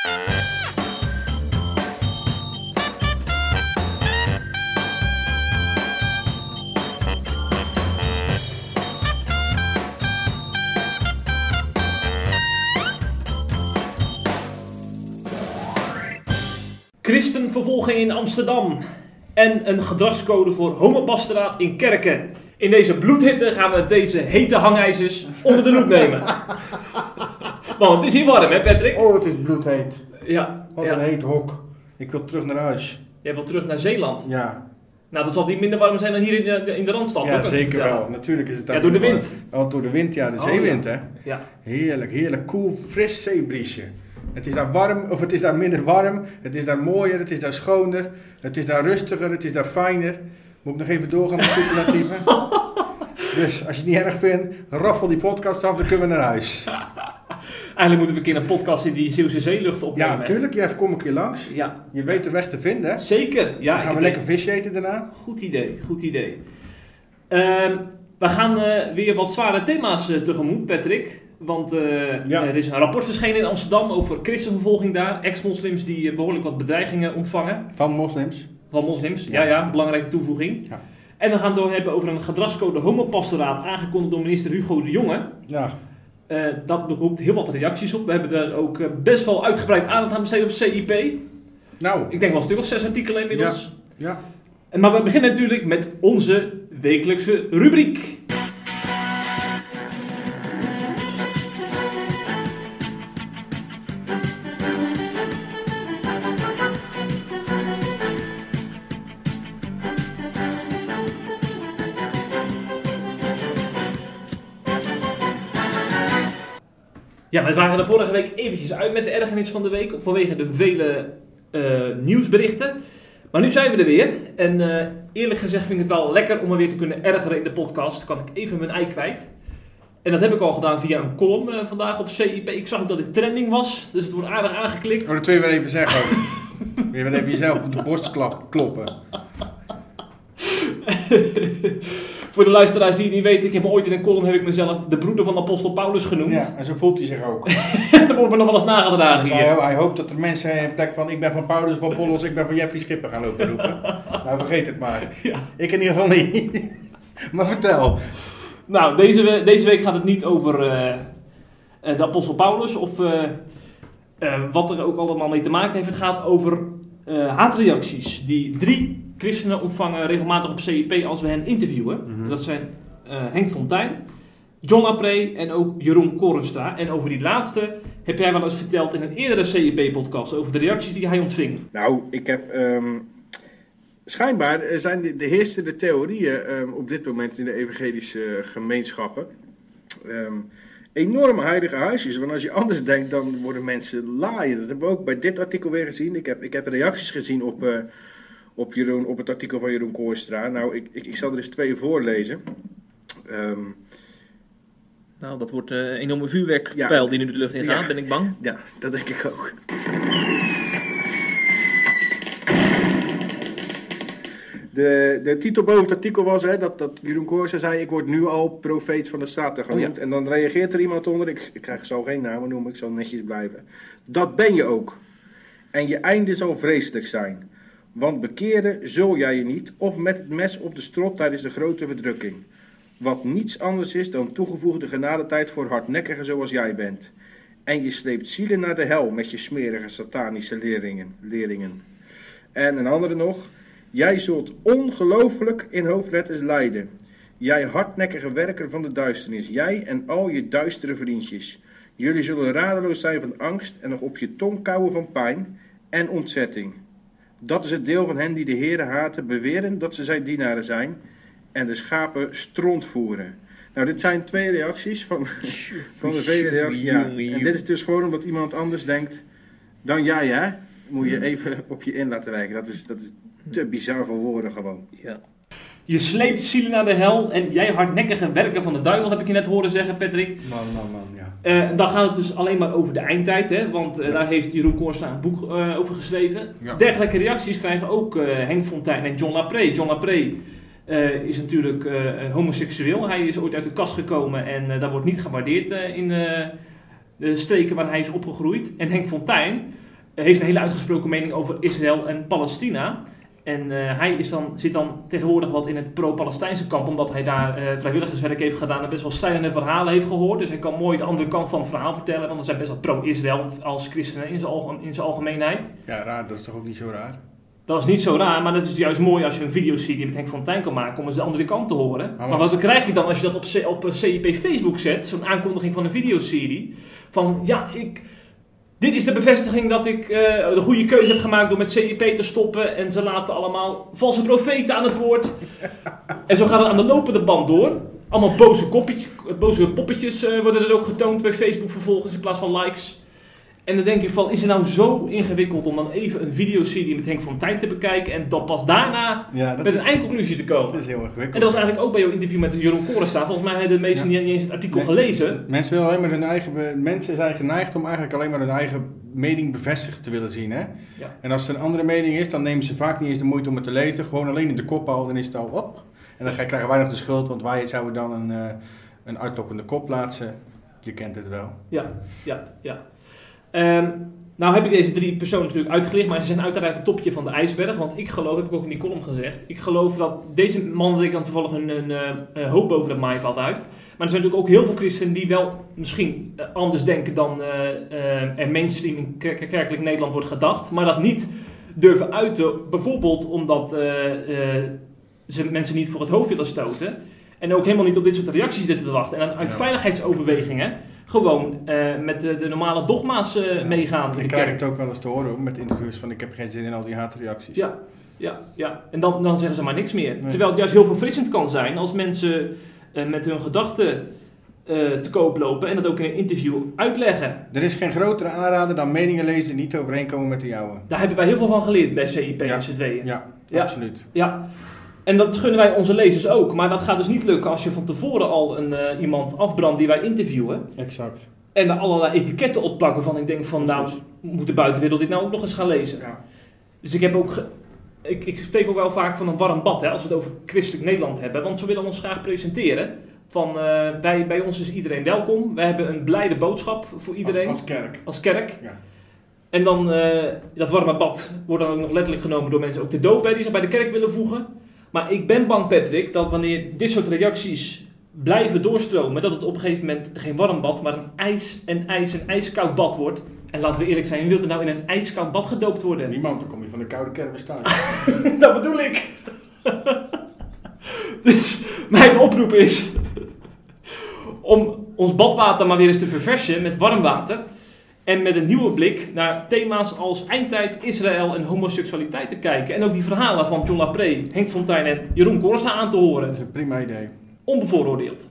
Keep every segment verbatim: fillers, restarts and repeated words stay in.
Christenvervolging in Amsterdam en een gedragscode voor homopastoraat in kerken. In deze bloedhitte gaan we deze hete hangijzers onder de loep nemen. Want het is hier warm, hè Patrick? Oh, het is bloedheet. Ja. Wat ja. een heet hok. Ik wil terug naar huis. Jij wilt terug naar Zeeland? Ja. Nou, dat zal niet minder warm zijn dan hier in de, in de Randstad. Ja, zeker wel. Natuurlijk is het daar. Ja, door de wind. Oh, door de wind, ja. De oh, zeewind, ja. hè. Ja. Heerlijk, heerlijk. Koel, fris zeebriesje. Het is daar warm, of het is daar minder warm. Het is daar mooier, het is daar schoner. Het is daar rustiger, het is daar fijner. Moet ik nog even doorgaan met superlatieven? Dus, als je het niet erg vindt, raffel die podcast af, dan kunnen we naar huis. Eigenlijk moeten we een keer een podcast in die Zeeuwse zeelucht opnemen. Ja, natuurlijk. Jij kom een keer langs. Ja. Je weet de weg te vinden, hè? Zeker. Ja, dan gaan we lekker vis eten daarna. Goed idee, goed idee. Uh, we gaan uh, weer wat zware thema's uh, tegemoet, Patrick. Want uh, ja. er is een rapport verschenen in Amsterdam over christenvervolging daar. Ex-moslims die uh, behoorlijk wat bedreigingen ontvangen. Van moslims? Van moslims, ja, ja, ja belangrijke toevoeging. Ja. En we gaan het door hebben over een gedragscode homopastoraat aangekondigd door minister Hugo de Jonge. Ja. Uh, dat roept heel wat reacties op. We hebben daar ook uh, best wel uitgebreid aandacht aan besteed op C I P. Nou. Ik denk wel een stuk of zes artikelen inmiddels. Ja. Ja. En, maar we beginnen natuurlijk met onze wekelijkse rubriek. Ja, we waren er vorige week eventjes uit met de ergernis van de week, vanwege de vele uh, nieuwsberichten. Maar nu zijn we er weer. En uh, eerlijk gezegd vind ik het wel lekker om me weer te kunnen ergeren in de podcast. Kan ik even mijn ei kwijt. En dat heb ik al gedaan via een column uh, vandaag op C I P. Ik zag ook dat ik trending was, dus het wordt aardig aangeklikt. Oh, dat wil je wel even zeggen ook. Je wil even jezelf op de borst klap, kloppen. Voor de luisteraars die het niet weten, ik heb ooit in een column heb ik mezelf de broeder van apostel Paulus genoemd. Ja, en zo voelt hij zich ook. Dat wordt me nog wel eens nagedragen dus hier. Hij, hij hoopt dat er mensen in plek van ik ben van Paulus, van Apollos, ik ben van Jeffrey Schipper gaan lopen roepen. Nou, vergeet het maar. Ja. Ik in ieder geval niet. Maar vertel. Nou, deze, deze week gaat het niet over uh, de apostel Paulus of uh, uh, wat er ook allemaal mee te maken heeft. Het gaat over uh, haatreacties die drie christenen ontvangen regelmatig op C I P als we hen interviewen. Mm-hmm. Dat zijn uh, Henk Fontijn, John Lapree en ook Jeroen Korenstra. En over die laatste heb jij wel eens verteld in een eerdere C I P-podcast over de reacties die hij ontving. Nou, ik heb... Um, schijnbaar zijn de, de heersende theorieën um, op dit moment in de evangelische gemeenschappen um, enorme heilige huisjes. Want als je anders denkt, dan worden mensen laaien. Dat hebben we ook bij dit artikel weer gezien. Ik heb, ik heb reacties gezien op... Uh, Op, Jeroen, op het artikel van Jeroen Koorstra. Nou, ik, ik, ik zal er eens twee voorlezen. Um, nou, dat wordt een uh, enorme vuurwerkpijl ja, die nu de lucht in gaat, ja, ben ik bang. Ja, dat denk ik ook. De, de titel boven het artikel was hè, dat, dat Jeroen Koorstra zei... ik word nu al profeet van de Satan genoemd. Oh ja. En dan reageert er iemand onder. Ik, ik krijg zo geen namen noemen, ik zal netjes blijven. Dat ben je ook. En je einde zal vreselijk zijn. Want bekeren zul jij je niet, of met het mes op de strot tijdens de grote verdrukking. Wat niets anders is dan toegevoegde genadetijd voor hardnekkigen zoals jij bent. En je sleept zielen naar de hel met je smerige satanische leringen. leringen. En een andere nog. Jij zult ongelooflijk in hoofdletters lijden. Jij hardnekkige werker van de duisternis. Jij en al je duistere vriendjes. Jullie zullen radeloos zijn van angst en nog op je tong kauwen van pijn en ontzetting. Dat is het deel van hen die de Heere haten, beweren dat ze zijn dienaren zijn en de schapen stront voeren. Nou, dit zijn twee reacties van, van de vele reacties. Ja. En dit is dus gewoon omdat iemand anders denkt dan jij, hè? Moet je even op je in laten werken. Dat is, dat is te bizar voor woorden gewoon. Ja. Je sleept zielen naar de hel en jij hardnekkige werker van de duivel, heb ik je net horen zeggen, Patrick. Man, man, man, ja. Uh, dan gaat het dus alleen maar over de eindtijd, hè? Want uh, daar heeft Jeroen Koorstra een boek uh, over geschreven. Ja. Dergelijke reacties krijgen ook uh, Henk Fontijn en John Lapree. John Lapree uh, is natuurlijk uh, homoseksueel. Hij is ooit uit de kast gekomen en uh, dat wordt niet gewaardeerd uh, in uh, de streken waar hij is opgegroeid. En Henk Fontijn heeft een hele uitgesproken mening over Israël en Palestina. En uh, hij is dan, zit dan tegenwoordig wat in het pro-Palestijnse kamp, omdat hij daar uh, vrijwilligerswerk heeft gedaan en best wel strijdende verhalen heeft gehoord. Dus hij kan mooi de andere kant van het verhaal vertellen, want er zijn best wel pro-Israël als christenen in zijn, alge- in zijn algemeenheid. Ja, raar, dat is toch ook niet zo raar? Dat is niet zo raar, maar dat is juist mooi als je een videoserie met Henk Fontijn kan maken om eens de andere kant te horen. Maar, maar wat krijg je dan als je dat op, C- op C I P Facebook zet, zo'n aankondiging van een videoserie, van ja, ik... Dit is de bevestiging dat ik uh, de goede keuze heb gemaakt door met C I P te stoppen. En ze laten allemaal valse profeten aan het woord. En zo gaat het aan de lopende band door. Allemaal boze, koppetje, boze poppetjes uh, worden er ook getoond bij Facebook vervolgens in plaats van likes. En dan denk je van, is het nou zo ingewikkeld om dan even een videoserie met Henk Fontijn te bekijken en dan pas daarna ja, dat met is, een eindconclusie te komen? Dat is heel ingewikkeld. En dat was eigenlijk ook bij jouw interview met Jeroen Korensta. Volgens mij hebben de meesten ja. niet eens het artikel nee, gelezen. Mensen, willen alleen maar hun eigen, mensen zijn geneigd om eigenlijk alleen maar hun eigen mening bevestigd te willen zien. Hè? Ja. En als er een andere mening is, dan nemen ze vaak niet eens de moeite om het te lezen. Gewoon alleen in de kop houden, dan is het al op. En dan krijgen wij nog de schuld, want wij zouden dan een, uh, een uitlokkende kop plaatsen. Je kent het wel. Ja, ja, ja. Um, Nou heb ik deze drie personen natuurlijk uitgelicht, maar ze zijn uiteraard het topje van de ijsberg. Want ik geloof, heb ik ook in die column gezegd, ik geloof dat deze man, dat ik dan toevallig een, een, een, een hoop boven de maaiveld uit. Maar er zijn natuurlijk ook heel veel christenen die wel misschien anders denken dan uh, uh, er mainstream in kerk- kerkelijk Nederland wordt gedacht. Maar dat niet durven uiten, bijvoorbeeld omdat uh, uh, ze mensen niet voor het hoofd willen stoten. En ook helemaal niet op dit soort reacties zitten te wachten. En uit ja. veiligheidsoverwegingen gewoon uh, met de, de normale dogma's uh, ja. meegaan. Ik krijg het ook wel eens te horen met interviews van ik heb geen zin in al die haatreacties. Ja, ja, ja. En dan, dan zeggen ze maar niks meer. Nee. Terwijl het juist heel verfrissend kan zijn als mensen uh, met hun gedachten uh, te koop lopen en dat ook in een interview uitleggen. Er is geen grotere aanrader dan meningen lezen die niet overeenkomen met de jouwe. Daar hebben wij heel veel van geleerd bij C I P ja. en z'n tweeën. Ja, ja, absoluut. Ja. En dat gunnen wij onze lezers ook. Maar dat gaat dus niet lukken als je van tevoren al een, uh, iemand afbrandt die wij interviewen. Exact. En er allerlei etiketten opplakken van ik denk van nou, moet de buitenwereld dit nou ook nog eens gaan lezen. Ja. Dus ik heb ook, ge- ik, ik spreek ook wel vaak van een warm bad, hè, als we het over christelijk Nederland hebben. Want we willen ons graag presenteren. Van uh, bij, bij ons is iedereen welkom. Wij hebben een blijde boodschap voor iedereen. Als, als kerk. Als kerk. Ja. En dan, uh, dat warme bad wordt dan ook nog letterlijk genomen door mensen ook de doop bij die zich bij de kerk willen voegen. Maar ik ben bang, Patrick, dat wanneer dit soort reacties blijven doorstromen, dat het op een gegeven moment geen warm bad, maar een ijs en ijs en ijskoud bad wordt. En laten we eerlijk zijn, wie wil er nou in een ijskoud bad gedoopt worden? Niemand, dan kom je van de koude kermis thuis. Dat bedoel ik. Dus mijn oproep is om ons badwater maar weer eens te verversen met warm water. En met een nieuwe blik naar thema's als eindtijd, Israël en homoseksualiteit te kijken. En ook die verhalen van John Lapré, Henk Fontijn en Jeroen Korsna aan te horen. Dat is een prima idee. Onbevooroordeeld.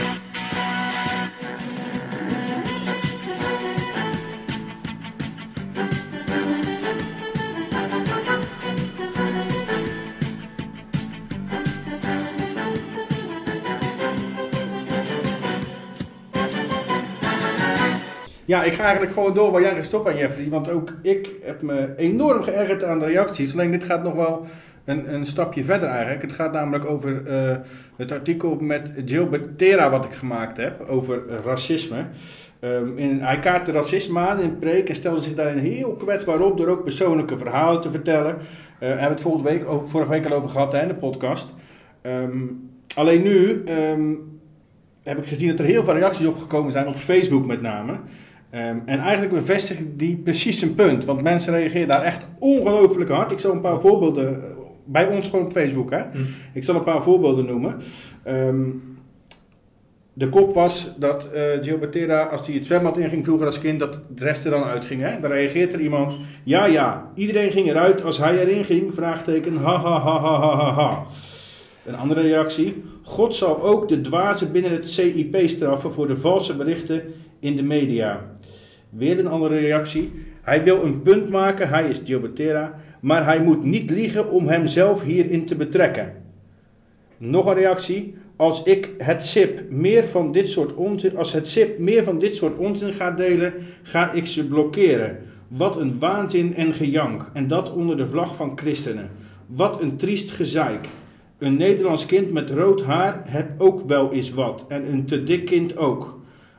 Ja, ik ga eigenlijk gewoon door waar jij gestopt bent, Jeffrey. Want ook ik heb me enorm geërgerd aan de reacties. Alleen dit gaat nog wel een, een stapje verder eigenlijk. Het gaat namelijk over uh, het artikel met Gilbert Tera wat ik gemaakt heb over uh, racisme. Um, in, hij kaartte racisme aan in een preek en stelde zich daarin heel kwetsbaar op door ook persoonlijke verhalen te vertellen. Uh, we hebben het volgende week, over, vorige week al over gehad hè, in de podcast. Um, alleen nu um, heb ik gezien dat er heel veel reacties opgekomen zijn, op Facebook met name. Um, en eigenlijk bevestigen die precies zijn punt. Want mensen reageren daar echt ongelooflijk hard. Ik zal een paar voorbeelden, bij ons gewoon op Facebook hè. Mm. Ik zal een paar voorbeelden noemen. Um, de kop was dat uh, Gilbert Tera, als hij het zwembad inging vroeger als kind, dat de rest er dan uitging. Hè? Dan reageert er iemand, ja ja, iedereen ging eruit als hij erin ging, vraagteken, ha ha ha ha ha ha ha. Een andere reactie, God zal ook de dwazen binnen het C I P straffen voor de valse berichten in de media. Weer een andere reactie, hij wil een punt maken, hij is Gilbert Tera, maar hij moet niet liegen om hemzelf hierin te betrekken. Nog een reactie, als ik het S I P meer van dit soort onzin, als het S I P meer van dit soort onzin gaat delen, ga ik ze blokkeren. Wat een waanzin en gejank, en dat onder de vlag van christenen. Wat een triest gezeik. Een Nederlands kind met rood haar heb ook wel eens wat, en een te dik kind ook.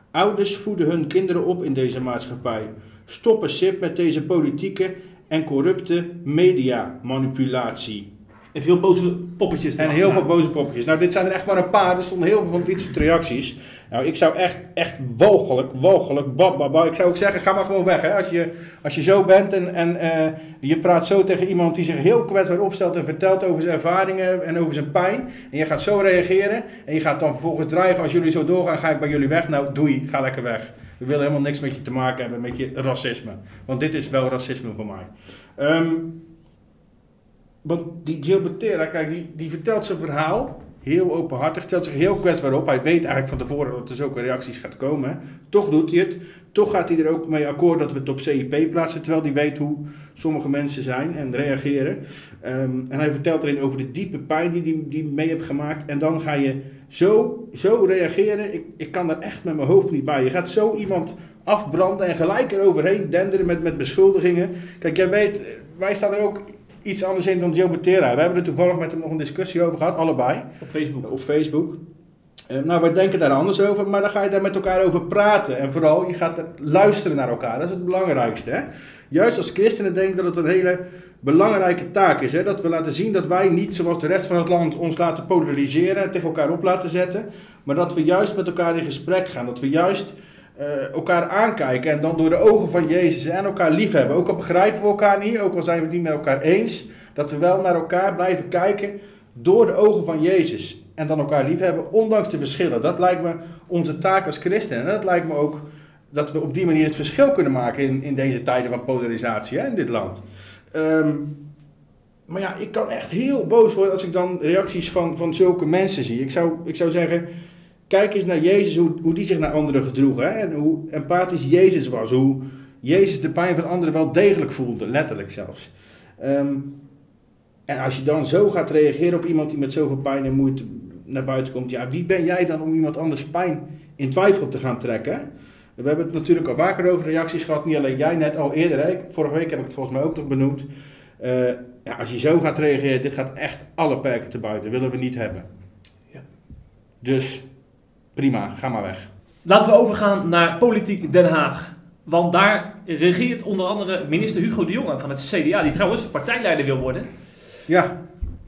Ouders voeden hun kinderen op in deze maatschappij. Stoppen sip met deze politieke en corrupte mediamanipulatie. En veel boze poppetjes. En heel veel boze poppetjes. Nou, dit zijn er echt maar een paar. Er stonden heel veel van dit soort reacties. Nou, ik zou echt, echt walgelijk, walgelijk, bababa. Ik zou ook zeggen, ga maar gewoon weg. Hè? Als, je, als je zo bent en, en uh, je praat zo tegen iemand die zich heel kwetsbaar opstelt en vertelt over zijn ervaringen en over zijn pijn. En je gaat zo reageren en je gaat dan vervolgens dreigen, als jullie zo doorgaan, ga ik bij jullie weg. Nou, doei, ga lekker weg. We willen helemaal niks met je te maken hebben, met je racisme. Want dit is wel racisme voor mij. Um, Want die Jill Becerra, kijk, die, die vertelt zijn verhaal heel openhartig, stelt zich heel kwetsbaar op. Hij weet eigenlijk van tevoren dat er zulke reacties gaat komen. Toch doet hij het. Toch gaat hij er ook mee akkoord dat we het op C I P plaatsen, terwijl hij weet hoe sommige mensen zijn en reageren. Um, en hij vertelt erin over de diepe pijn die hij die mee heeft gemaakt. En dan ga je zo, zo reageren. Ik, ik kan er echt met mijn hoofd niet bij. Je gaat zo iemand afbranden en gelijk eroverheen denderen met, met beschuldigingen. Kijk, jij weet, wij staan er ook iets anders in dan Jill Becerra. We hebben er toevallig met hem nog een discussie over gehad, allebei. Op Facebook. Op Facebook. Uh, nou, wij denken daar anders over, maar dan ga je daar met elkaar over praten. En vooral, je gaat luisteren naar elkaar. Dat is het belangrijkste. Hè? Juist als christenen denk ik dat het een hele belangrijke taak is. Hè? Dat we laten zien dat wij niet, zoals de rest van het land, ons laten polariseren en tegen elkaar op laten zetten. Maar dat we juist met elkaar in gesprek gaan. Dat we juist Uh, elkaar aankijken en dan door de ogen van Jezus en elkaar lief hebben. Ook al begrijpen we elkaar niet, ook al zijn we het niet met elkaar eens, dat we wel naar elkaar blijven kijken door de ogen van Jezus. En dan elkaar lief hebben, ondanks de verschillen. Dat lijkt me onze taak als christenen. En dat lijkt me ook dat we op die manier het verschil kunnen maken in, in deze tijden van polarisatie, hè, in dit land. Um, maar ja, ik kan echt heel boos worden als ik dan reacties van, van zulke mensen zie. Ik zou, ik zou zeggen, kijk eens naar Jezus, hoe, hoe die zich naar anderen gedroeg. Hè? En hoe empathisch Jezus was. Hoe Jezus de pijn van anderen wel degelijk voelde. Letterlijk zelfs. Um, en als je dan zo gaat reageren op iemand die met zoveel pijn en moeite naar buiten komt. Ja, wie ben jij dan om iemand anders pijn in twijfel te gaan trekken? We hebben het natuurlijk al vaker over reacties gehad. Niet alleen jij net, al eerder. Hè? Vorige week heb ik het volgens mij ook nog benoemd. Uh, ja, als je zo gaat reageren, dit gaat echt alle perken te buiten. Willen we niet hebben. Ja. Dus prima, ga maar weg. Laten we overgaan naar politiek Den Haag. Want daar regeert onder andere minister Hugo de Jonge van het C D A, die trouwens partijleider wil worden. Ja.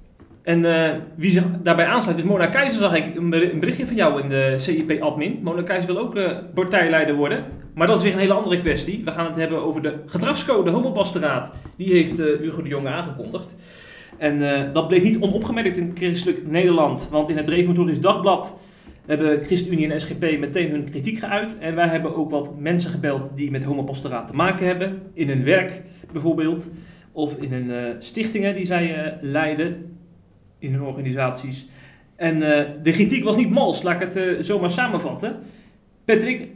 En uh, wie zich daarbij aansluit is Mona Keijzer, zag ik een berichtje van jou in de C I P-admin. Mona Keijzer wil ook uh, partijleider worden. Maar dat is weer een hele andere kwestie. We gaan het hebben over de gedragscode homopastoraat. Die heeft uh, Hugo de Jonge aangekondigd. En uh, dat bleef niet onopgemerkt in Christelijk Nederland. Want in het Reformatorisch Dagblad hebben ChristenUnie en S G P meteen hun kritiek geuit. En wij hebben ook wat mensen gebeld die met homopastoraat te maken hebben. In hun werk bijvoorbeeld. Of in hun uh, stichtingen die zij uh, leiden. In hun organisaties. En uh, de kritiek was niet mals, laat ik het uh, zomaar samenvatten. Patrick, uh,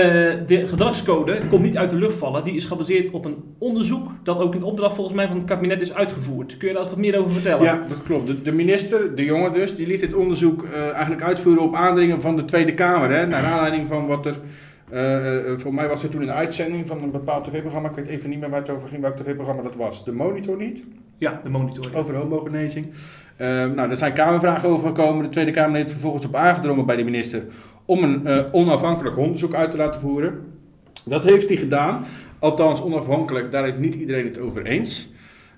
de gedragscode komt niet uit de lucht vallen. Die is gebaseerd op een onderzoek dat ook in opdracht volgens mij van het kabinet is uitgevoerd. Kun je daar wat meer over vertellen? Ja, dat klopt. De, de minister, de Jonge dus, die liet dit onderzoek uh, eigenlijk uitvoeren op aandringen van de Tweede Kamer. Hè, naar aanleiding van wat er, uh, uh, voor mij was er toen een uitzending van een bepaald tv-programma. Ik weet even niet meer waar het over ging, welk tv-programma dat was. De Monitor niet? Ja, de Monitor. Over homogenezing. Uh, nou, er zijn Kamervragen over gekomen. De Tweede Kamer heeft vervolgens op aangedrongen bij de minister om een uh, onafhankelijk onderzoek uit te laten voeren. Dat heeft hij gedaan. Althans, onafhankelijk, daar is niet iedereen het over eens.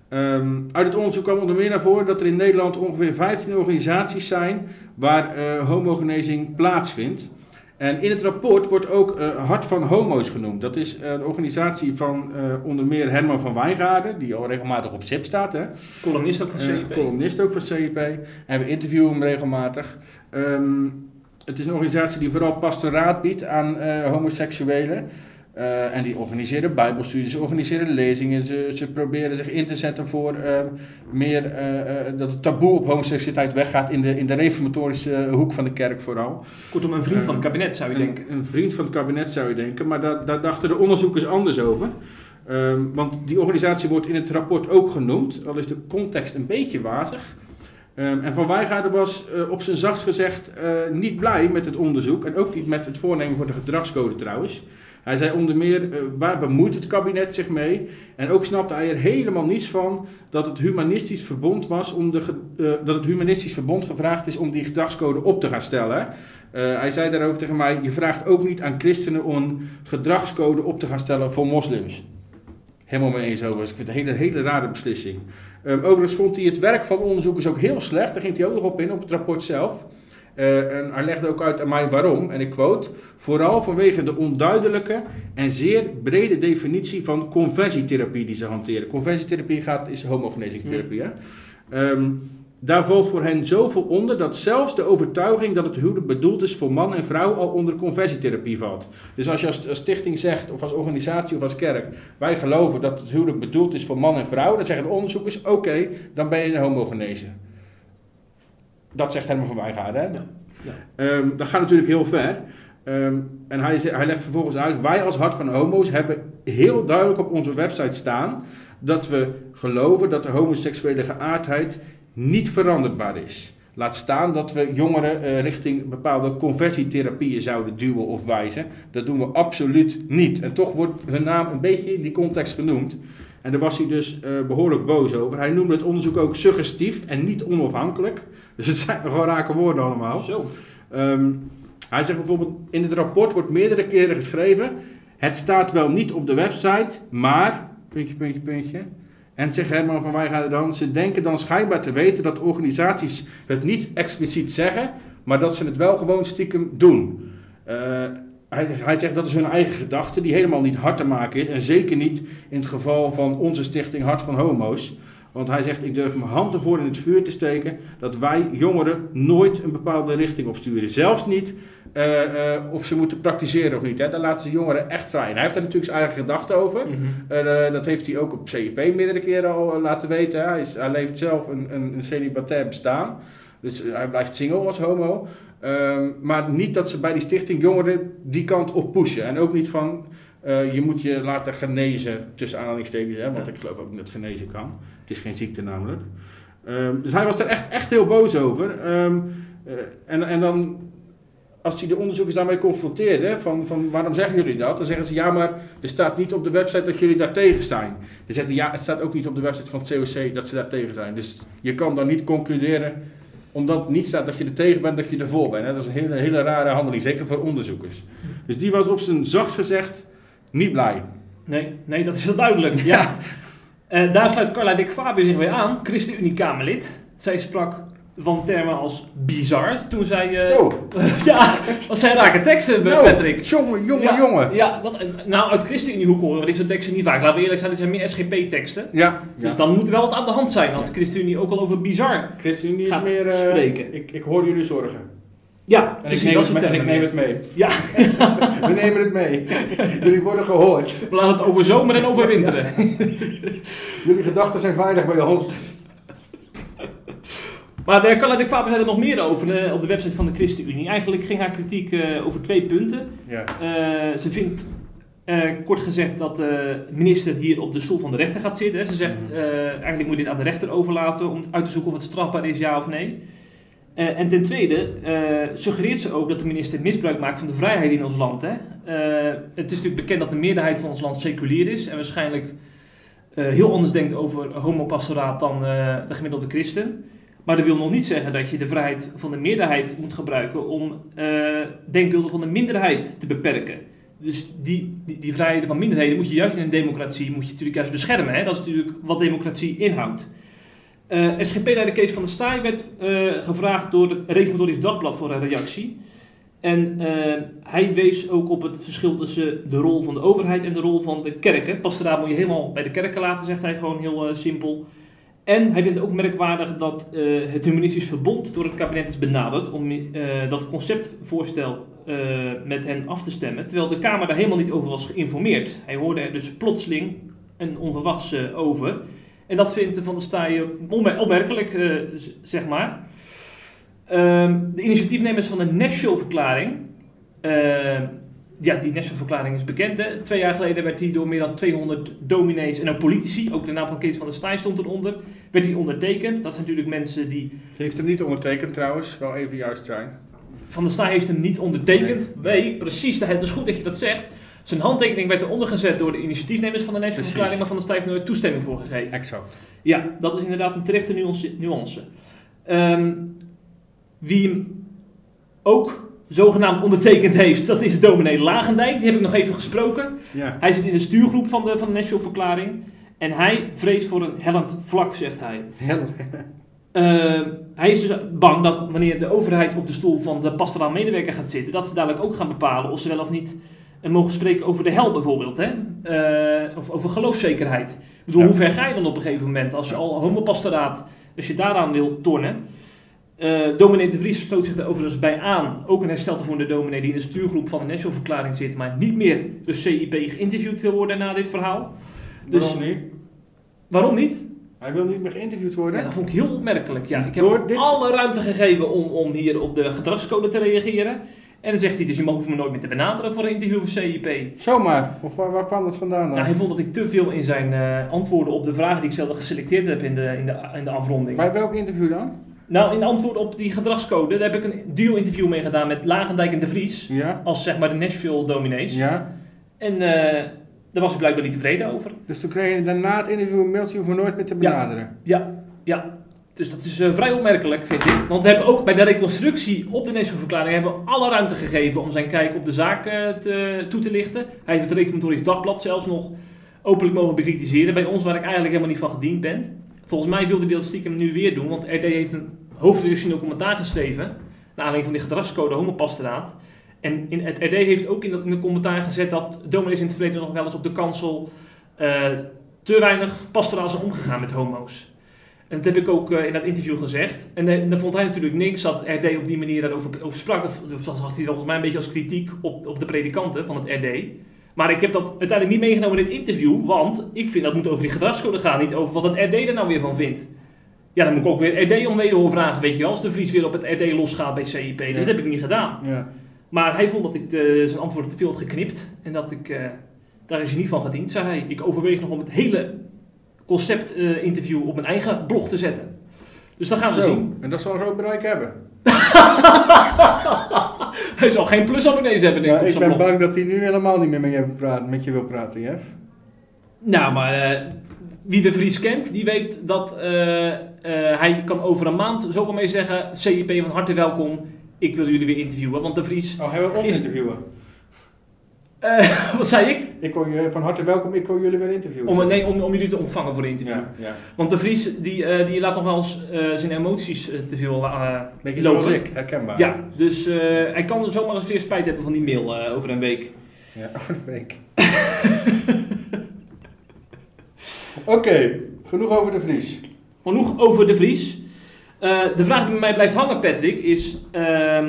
Um, uit het onderzoek kwam onder meer naar voren dat er in Nederland ongeveer vijftien organisaties zijn waar uh, homogenezing plaatsvindt. En in het rapport wordt ook uh, Hart van Homo's genoemd. Dat is uh, een organisatie van uh, onder meer Herman van Wijngaarden, die al regelmatig op S I P staat. Hè? Columnist ook van C I P. Uh, columnist ook van C I P. En we interviewen hem regelmatig. Um, het is een organisatie die vooral pastoraat biedt aan uh, homoseksuelen. Uh, en die organiseren bijbelstudies, ze organiseren lezingen, ze, ze proberen zich in te zetten voor uh, meer uh, uh, dat het taboe op homoseksualiteit weggaat in de, in de reformatorische hoek van de kerk vooral. Kortom, een vriend uh, van het kabinet zou je een, denken. Een vriend van het kabinet zou je denken, maar daar, daar dachten de onderzoekers anders over. Um, want die organisatie wordt in het rapport ook genoemd, al is de context een beetje wazig. Um, en Van Wijngaarden was uh, op zijn zachtst gezegd uh, niet blij met het onderzoek en ook niet met het voornemen voor de gedragscode trouwens. Hij zei onder meer, uh, waar bemoeit het kabinet zich mee? En ook snapte hij er helemaal niets van dat het humanistisch verbond was om de, uh, dat het humanistisch verbond gevraagd is om die gedragscode op te gaan stellen. Uh, hij zei daarover tegen mij, je vraagt ook niet aan christenen om een gedragscode op te gaan stellen voor moslims. Helemaal mee eens over. Dus ik vind het een hele, hele rare beslissing. Uh, overigens vond hij het werk van onderzoekers ook heel slecht. Daar ging hij ook nog op in, op het rapport zelf. Uh, en hij legde ook uit aan mij waarom, en ik quote, vooral vanwege de onduidelijke en zeer brede definitie van conversietherapie die ze hanteren. Conversietherapie gaat, is homogenezingstherapie. Hè? Um, daar valt voor hen zoveel onder dat zelfs de overtuiging dat het huwelijk bedoeld is voor man en vrouw al onder conversietherapie valt. Dus als je als, als stichting zegt, of als organisatie of als kerk, wij geloven dat het huwelijk bedoeld is voor man en vrouw, dan zeggen de onderzoekers, oké, okay, dan ben je een homogenese. Dat zegt Herman van Wijngaarden. Hè? Ja. Ja. Um, dat gaat natuurlijk heel ver. Um, en hij, hij legt vervolgens uit, wij als Hart van Homo's hebben heel duidelijk op onze website staan dat we geloven dat de homoseksuele geaardheid niet veranderbaar is. Laat staan dat we jongeren uh, richting bepaalde conversietherapieën zouden duwen of wijzen. Dat doen we absoluut niet. En toch wordt hun naam een beetje in die context genoemd. En daar was hij dus uh, behoorlijk boos over. Hij noemde het onderzoek ook suggestief en niet onafhankelijk. Dus het zijn gewoon rake woorden allemaal. Zo. Um, hij zegt bijvoorbeeld, in het rapport wordt meerdere keren geschreven, het staat wel niet op de website, maar, puntje, puntje, puntje. En zegt Herman van Wijngaarden dan, ze denken dan schijnbaar te weten dat organisaties het niet expliciet zeggen, maar dat ze het wel gewoon stiekem doen. Uh, hij, hij zegt dat is hun eigen gedachte, die helemaal niet hard te maken is. En zeker niet in het geval van onze stichting Hart van Homo's. Want hij zegt, ik durf mijn hand ervoor in het vuur te steken dat wij jongeren nooit een bepaalde richting opsturen. Zelfs niet uh, uh, of ze moeten praktiseren of niet. Hè. Daar laten ze jongeren echt vrij. En hij heeft daar natuurlijk zijn eigen gedachten over. Mm-hmm. Uh, dat heeft hij ook op C I P meerdere keren al uh, laten weten. Hij, is, hij leeft zelf een, een, een celibatair bestaan. Dus uh, hij blijft single als homo. Uh, maar niet dat ze bij die stichting jongeren die kant op pushen. En ook niet van, uh, je moet je laten genezen, tussen aanhalingstekens. Hè, want ja. Ik geloof ook niet dat genezen kan. Het is geen ziekte namelijk. Um, dus hij was er echt, echt heel boos over. Um, uh, en, en dan, als hij de onderzoekers daarmee confronteerde, van, van waarom zeggen jullie dat? Dan zeggen ze, ja, maar er staat niet op de website dat jullie daar tegen zijn. Dan zeggen ja, het staat ook niet op de website van het C O C dat ze daar tegen zijn. Dus je kan dan niet concluderen, omdat het niet staat dat je er tegen bent, dat je ervoor bent. Hè? Dat is een hele, hele rare handeling, zeker voor onderzoekers. Dus die was op zijn zachtst gezegd niet blij. Nee, nee, dat is wel duidelijk. Ja. Uh, daar sluit Carla Dick Fabio zich weer aan, ChristenUnie-Kamerlid. Zij sprak van termen als bizar toen zij... Uh, Zo! ja, dat zijn rake teksten, no, Patrick. Jongen, jongen, ja, jongen. Ja, dat, nou uit ChristenUnie-hoek horen we dit soort teksten niet vaak. Laten we eerlijk zijn, dit zijn meer S G P-teksten. Ja. Dus ja. dan moet er wel wat aan de hand zijn als ChristenUnie ook al over bizar ChristenUnie is meer... Uh, spreken. Ik, ik hoor jullie zorgen. Ja, en ik neem, het, me, en ik neem het mee. Ja. We nemen het mee. Jullie worden gehoord. We laten het over zomer en over winteren. Ja. Jullie gedachten zijn veilig bij ons. Maar daar kan ik Faber zei er nog meer over de, op de website van de ChristenUnie. Eigenlijk ging haar kritiek uh, over twee punten. Ja. Uh, ze vindt, uh, kort gezegd, dat de minister hier op de stoel van de rechter gaat zitten. Ze zegt, uh, eigenlijk moet je dit aan de rechter overlaten om uit te zoeken of het strafbaar is, ja of nee. Uh, en ten tweede uh, suggereert ze ook dat de minister misbruik maakt van de vrijheid in ons land. Hè? Uh, het is natuurlijk bekend dat de meerderheid van ons land seculier is en waarschijnlijk uh, heel anders denkt over homopastoraat dan uh, de gemiddelde christen. Maar dat wil nog niet zeggen dat je de vrijheid van de meerderheid moet gebruiken om uh, denkbeelden van de minderheid te beperken. Dus die, die, die vrijheden van minderheden moet je juist in een democratie moet je natuurlijk juist beschermen. Hè? Dat is natuurlijk wat democratie inhoudt. Uh, S G P-leider Kees van der Staaij werd uh, gevraagd door het Reformatorisch Dagblad voor een reactie. En uh, hij wees ook op het verschil tussen de rol van de overheid en de rol van de kerken. Pastoraat moet je helemaal bij de kerken laten, zegt hij gewoon heel uh, simpel. En hij vindt het ook merkwaardig dat uh, het Humanistisch Verbond door het kabinet is benaderd om uh, dat conceptvoorstel uh, met hen af te stemmen. Terwijl de Kamer daar helemaal niet over was geïnformeerd. Hij hoorde er dus plotseling en onverwachts uh, over. En dat vindt Van der Staaij opmerkelijk, uh, zeg maar. Uh, de initiatiefnemers van de Nashville-verklaring. Uh, ja, die Nashville-verklaring is bekend. Hè? Twee jaar geleden werd die door meer dan tweehonderd dominees en ook politici, ook de naam van Kees van der Staaij stond eronder, werd die ondertekend. Dat zijn natuurlijk mensen die... Ze heeft hem niet ondertekend trouwens, wel even juist zijn. Van der Staaij heeft hem niet ondertekend. Nee, nee precies. Het is goed dat je dat zegt. Zijn handtekening werd eronder gezet door de initiatiefnemers van de Nashville-verklaring, maar Van der Staaij heeft nooit toestemming voor gegeven. Exact. Ja, dat is inderdaad een terechte nuance. nuance. Um, wie hem ook zogenaamd ondertekend heeft, dat is dominee Lagendijk. Die heb ik nog even gesproken. Ja. Hij zit in de stuurgroep van de, van de National Verklaring. En hij vreest voor een hellend vlak, zegt hij. Hellend. Uh, hij is dus bang dat wanneer de overheid op de stoel van de pastoraal medewerker gaat zitten, dat ze dadelijk ook gaan bepalen of ze wel of niet uh, mogen spreken over de hel bijvoorbeeld. Hè? Uh, of over geloofszekerheid. Ik bedoel, ja. Hoe ver ga je dan op een gegeven moment als je al homopastoraat, als je daaraan wil tornen? Uh, dominee De Vries sloot zich daar overigens bij aan. Ook een hersteltevoerende dominee die in de stuurgroep van de National Verklaring zit, maar niet meer door C I P geïnterviewd wil worden na dit verhaal. Dus, waarom niet? Waarom niet? Hij wil niet meer geïnterviewd worden? Ja, dat vond ik heel opmerkelijk. Ja, ik heb Door hem dit... alle ruimte gegeven om, om hier op de gedragscode te reageren. En dan zegt hij dus, je hoeft me nooit meer te benaderen voor een interview van C I P. Zomaar? Of waar, waar kwam dat vandaan dan? Nou, hij vond dat ik te veel in zijn uh, antwoorden op de vragen die ik zelf geselecteerd heb in de, in de, in de afronding. Bij welk interview dan? Nou, in de antwoorden op die gedragscode, daar heb ik een duo-interview mee gedaan met Lagendijk en De Vries. Ja. Als zeg maar de Nashville-dominees. Ja. En uh, daar was ik blijkbaar niet tevreden over. Dus toen kreeg je daarna het interview een mailtje, je hoeft me nooit meer te benaderen? Ja, ja. ja. Dus dat is uh, vrij opmerkelijk, vind ik. Want we hebben ook bij de reconstructie op de Nashville-verklaring hebben we alle ruimte gegeven om zijn kijk op de zaak uh, te, toe te lichten. Hij heeft het Reformatorisch Dagblad zelfs nog openlijk mogen bekritiseren. Bij ons, waar ik eigenlijk helemaal niet van gediend ben. Volgens mij wilde hij dat stiekem nu weer doen, want R D heeft een hoofdredactioneel commentaar geschreven, naar aanleiding van die gedragscode homopastoraat. En in het R D heeft ook in, dat, in de commentaar gezet dat dominees in het verleden nog wel eens op de kansel uh, te weinig pastoraal zijn omgegaan met homo's. En dat heb ik ook uh, in dat interview gezegd. En uh, daar vond hij natuurlijk niks dat R D op die manier daarover over sprak. Dat, dat had hij volgens mij een beetje als kritiek op, op de predikanten van het R D. Maar ik heb dat uiteindelijk niet meegenomen in dit interview, want ik vind dat moet over die gedragscode gaan, niet over wat het R D er nou weer van vindt. Ja, dan moet ik ook weer R D om wederhoor vragen, weet je wel, als De Vries weer op het R D losgaat bij C I P. Ja. Dat heb ik niet gedaan. Ja. Maar hij vond dat ik de, zijn antwoord te veel had geknipt en dat ik, uh, daar is hij niet van gediend, zei hij. Ik overweeg nog om het hele concept uh, interview op mijn eigen blog te zetten. Dus dat gaan we Zo, zien. En dat zal een groot bereik hebben. Hij zal geen plus-abonnees hebben, denk ja, ik. Ik ben blog. bang dat hij nu helemaal niet meer met je, praat, met je wil praten, Jeff. Nou, maar uh, wie De Vries kent, die weet dat uh, uh, hij kan over een maand zo mee zeggen, C I P van harte welkom, ik wil jullie weer interviewen. Want De Vries... Oh, hij wil ons is... interviewen? Uh, wat zei ik? Ik wil je van harte welkom, ik wil jullie weer interviewen. Om, nee, om, om jullie te ontvangen voor een interview. Ja, ja. Want De Vries, die, uh, die laat nog wel eens uh, zijn emoties uh, te veel uh, Beetje lopen. zoals ik, herkenbaar. Ja, dus uh, hij kan zomaar eens weer spijt hebben van die mail uh, over een week. Ja, over een week. Oké, okay, genoeg over De Vries. Genoeg over De Vries. Uh, de vraag die bij mij blijft hangen, Patrick, is... Uh,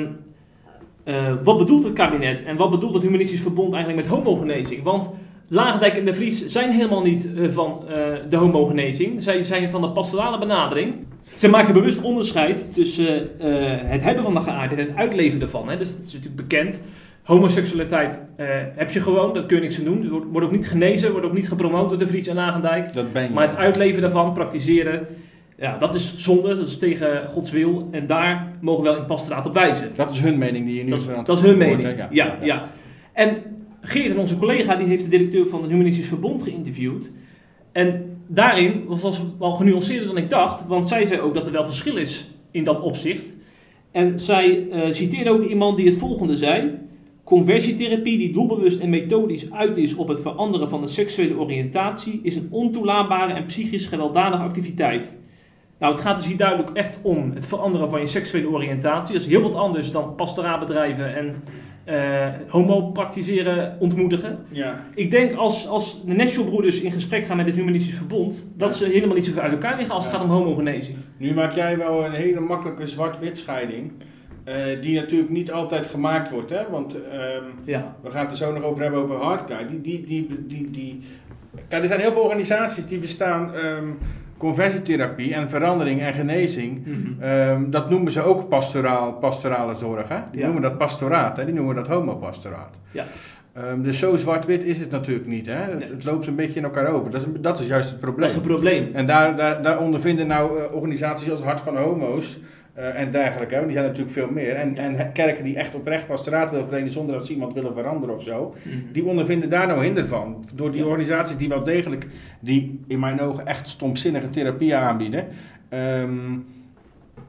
Uh, wat bedoelt het kabinet en wat bedoelt het Humanistisch Verbond eigenlijk met homogenezing? Want Lagendijk en De Vries zijn helemaal niet uh, van uh, de homogenezing. Zij zijn van de pastorale benadering. Ze maken bewust onderscheid tussen uh, het hebben van de geaardheid en het uitleven ervan. Hè. Dus dat is natuurlijk bekend. Homoseksualiteit uh, heb je gewoon, dat kun je niks aan doen. Het wordt ook niet genezen, wordt ook niet gepromoot door De Vries en Lagendijk. Dat ben je. Maar het uitleven daarvan, praktiseren... Ja, dat is zonde, dat is tegen Gods wil en daar mogen we wel in pastoraat op wijzen. Dat is hun mening die je nu dat, verantwoordt. Dat is hun mening, ja. Ja, ja, ja. En Geert, onze collega, die heeft de directeur van het Humanistisch Verbond geïnterviewd. En daarin was het wel genuanceerder dan ik dacht, want zij zei ook dat er wel verschil is in dat opzicht. En zij uh, citeerde ook iemand die het volgende zei. Conversietherapie die doelbewust en methodisch uit is op het veranderen van de seksuele oriëntatie is een ontoelaatbare en psychisch gewelddadige activiteit. Nou, het gaat dus hier duidelijk echt om het veranderen van je seksuele oriëntatie. Dat is heel wat anders dan pastoraalbedrijven en uh, homo praktiseren ontmoedigen. Ja. Ik denk als, als de Nashville-broeders in gesprek gaan met het Humanistisch Verbond, dat ja. ze helemaal niet zoveel uit elkaar liggen als ja. het gaat om homogenezing. Nu maak jij wel een hele makkelijke zwart-wit scheiding, uh, die natuurlijk niet altijd gemaakt wordt. Hè? Want um, ja. we gaan het er zo nog over hebben over hardcore. Die, die, die, die, die, kijk, er zijn heel veel organisaties die bestaan... Um, conversietherapie en verandering en genezing, mm-hmm. um, dat noemen ze ook pastoraal, pastorale zorg. Hè? Die ja. noemen dat pastoraat, hè? Die noemen dat homopastoraat. Ja. Um, dus zo zwart-wit is het natuurlijk niet. Hè? Het, nee. het loopt een beetje in elkaar over. Dat is, dat is juist het probleem. Dat is het probleem. En daar, daar, daar ondervinden nou uh, organisaties als Hart van Homo's uh, en dergelijke. Want die zijn natuurlijk veel meer. En, en kerken die echt oprecht pastoraat willen verlenen zonder dat ze iemand willen veranderen of zo. Mm-hmm. Die ondervinden daar nou hinder van. Door die ja. organisaties die wel degelijk, die in mijn ogen echt stomzinnige therapieën aanbieden. Um,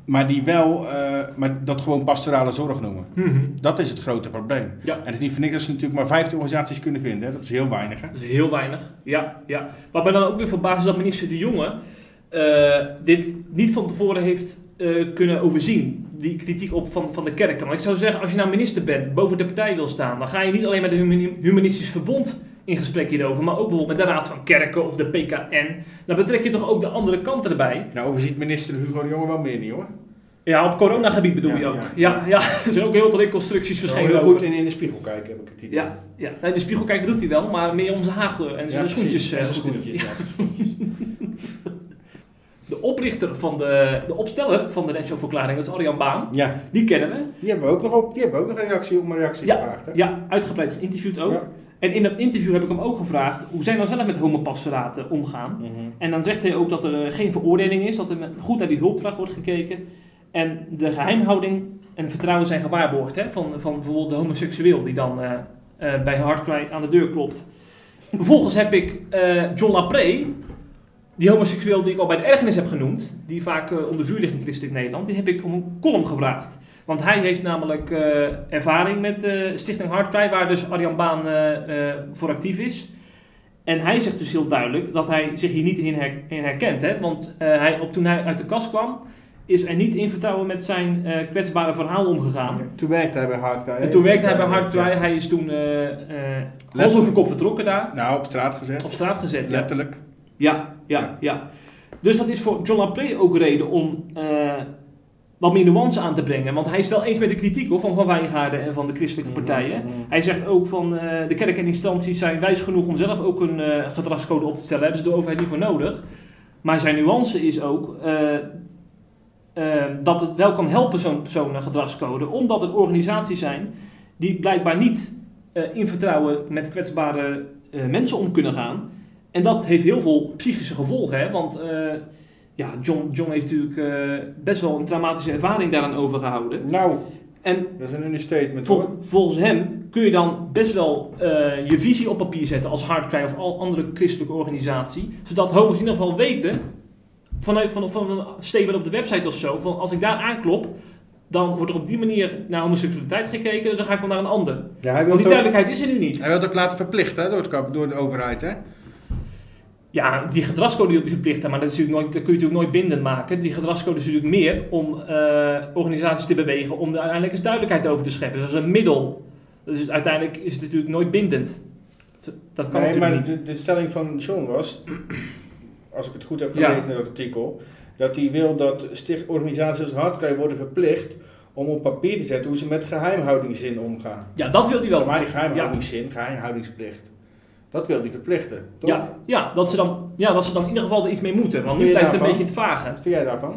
maar die wel, uh, maar dat gewoon pastorale zorg noemen. Mm-hmm. Dat is het grote probleem. Ja. En het is niet voor niks dat ze natuurlijk maar vijftien organisaties kunnen vinden. Hè? Dat is heel weinig. Hè? Dat is heel weinig, ja. ja. Wat mij dan ook weer verbaast is dat minister De Jonge uh, dit niet van tevoren heeft uh, kunnen overzien. Die kritiek op van, van de kerken. Maar ik zou zeggen, als je nou minister bent, boven de partij wil staan, dan ga je niet alleen met de Humanistisch Verbond in gesprek hierover, maar ook bijvoorbeeld met de Raad van Kerken of de P K N. Dan betrek je toch ook de andere kant erbij. Nou, overziet minister Hugo de Jonge wel meer niet, hoor. Ja, op coronagebied bedoel ja, je ook. Ja, ja, ja. ja. Er zijn ook heel veel reconstructies verschenen. Heel over. goed in, in de spiegel kijken, heb ik het idee. Ja, ja. Nee, de spiegel kijken doet hij wel, maar meer om zijn hagel en zijn ja, schoentjes. Precies, Uh, schoentjes, ja, schoentjes. De oprichter van de, de opsteller van de Renshaw-verklaring, dat is Arjan Baan. Ja. Die kennen we. Die hebben we ook nog op, die hebben we ook nog een reactie op mijn reactie ja, gevraagd. Hè? Ja, uitgebreid geïnterviewd ook. Ja. En in dat interview heb ik hem ook gevraagd hoe zij nou zelf met homopastoraten omgaan. Mm-hmm. En dan zegt hij ook dat er geen veroordeling is, dat er goed naar die hulpvraag wordt gekeken. En de geheimhouding en vertrouwen zijn gewaarborgd. Hè, van, van bijvoorbeeld de homoseksueel die dan uh, uh, bij Hardcry aan de deur klopt. Vervolgens heb ik uh, John Lapré, die homoseksueel die ik al bij de ergernis heb genoemd, die vaak uh, onder vuur ligt in Christelijk Nederland, die heb ik om een column gevraagd. Want hij heeft namelijk uh, ervaring met uh, Stichting Hardcry, waar dus Arjan Baan uh, uh, voor actief is. En hij zegt dus heel duidelijk dat hij zich hier niet in, her- in herkent. Hè? Want uh, hij, op, toen hij uit de kast kwam, is er niet in vertrouwen met zijn uh, kwetsbare verhaal omgegaan. Ja, toen werkte hij bij Hardcry. En toen werkte hij bij Hardcry. Ja. Hij is toen uh, uh, hals over kop vertrokken daar. Nou, op straat gezet. Op straat gezet, ja. Letterlijk. Ja, ja, ja, ja. Dus dat is voor John Lapré ook reden om uh, wat meer nuance aan te brengen. Want hij is wel eens met de kritiek hoor, van Van Wijngaarden en van de christelijke partijen. Mm-hmm. Hij zegt ook van uh, de kerk en instanties zijn wijs genoeg om zelf ook een uh, gedragscode op te stellen. Hebben ze de overheid niet voor nodig. Maar zijn nuance is ook uh, uh, dat het wel kan helpen zo'n, zo'n uh, gedragscode. Omdat het organisaties zijn die blijkbaar niet uh, in vertrouwen met kwetsbare uh, mensen om kunnen gaan. En dat heeft heel veel psychische gevolgen. Hè? Want uh, ja, John, John heeft natuurlijk uh, best wel een traumatische ervaring daaraan overgehouden. Nou, en dat is een understatement. Vol, volgens hem kun je dan best wel uh, je visie op papier zetten als Hardcry of al andere christelijke organisatie. Zodat homo's in ieder geval weten, vanuit van, van een statement op de website of zo, van als ik daar aanklop, dan wordt er op die manier naar homoseksualiteit gekeken, dan ga ik wel naar een ander. Ja, hij wil Want die ook, duidelijkheid is er nu niet. Hij wil het ook laten verplichten hè, door, het, door de overheid, hè? Ja, die gedragscode wil hij verplichten, maar dat, is natuurlijk nooit, dat kun je natuurlijk nooit bindend maken. Die gedragscode is natuurlijk meer om uh, organisaties te bewegen om er uiteindelijk eens duidelijkheid over te scheppen. Dus dat is een middel. Dus uiteindelijk is het natuurlijk nooit bindend. Dat kan nee, natuurlijk maar niet. De, de stelling van John was, als ik het goed heb gelezen ja. in dat artikel, dat hij wil dat sticht, organisaties als Hardcry worden verplicht om op papier te zetten hoe ze met geheimhoudingszin omgaan. Ja, dat wil hij wel. Maar geheimhoudingszin, ja. geheimhoudingsplicht. Dat wil hij verplichten, toch? Ja, ja, dat ze dan, ja, dat ze dan in ieder geval er iets mee moeten. Want nu blijft het een beetje in het vage. Wat vind jij daarvan?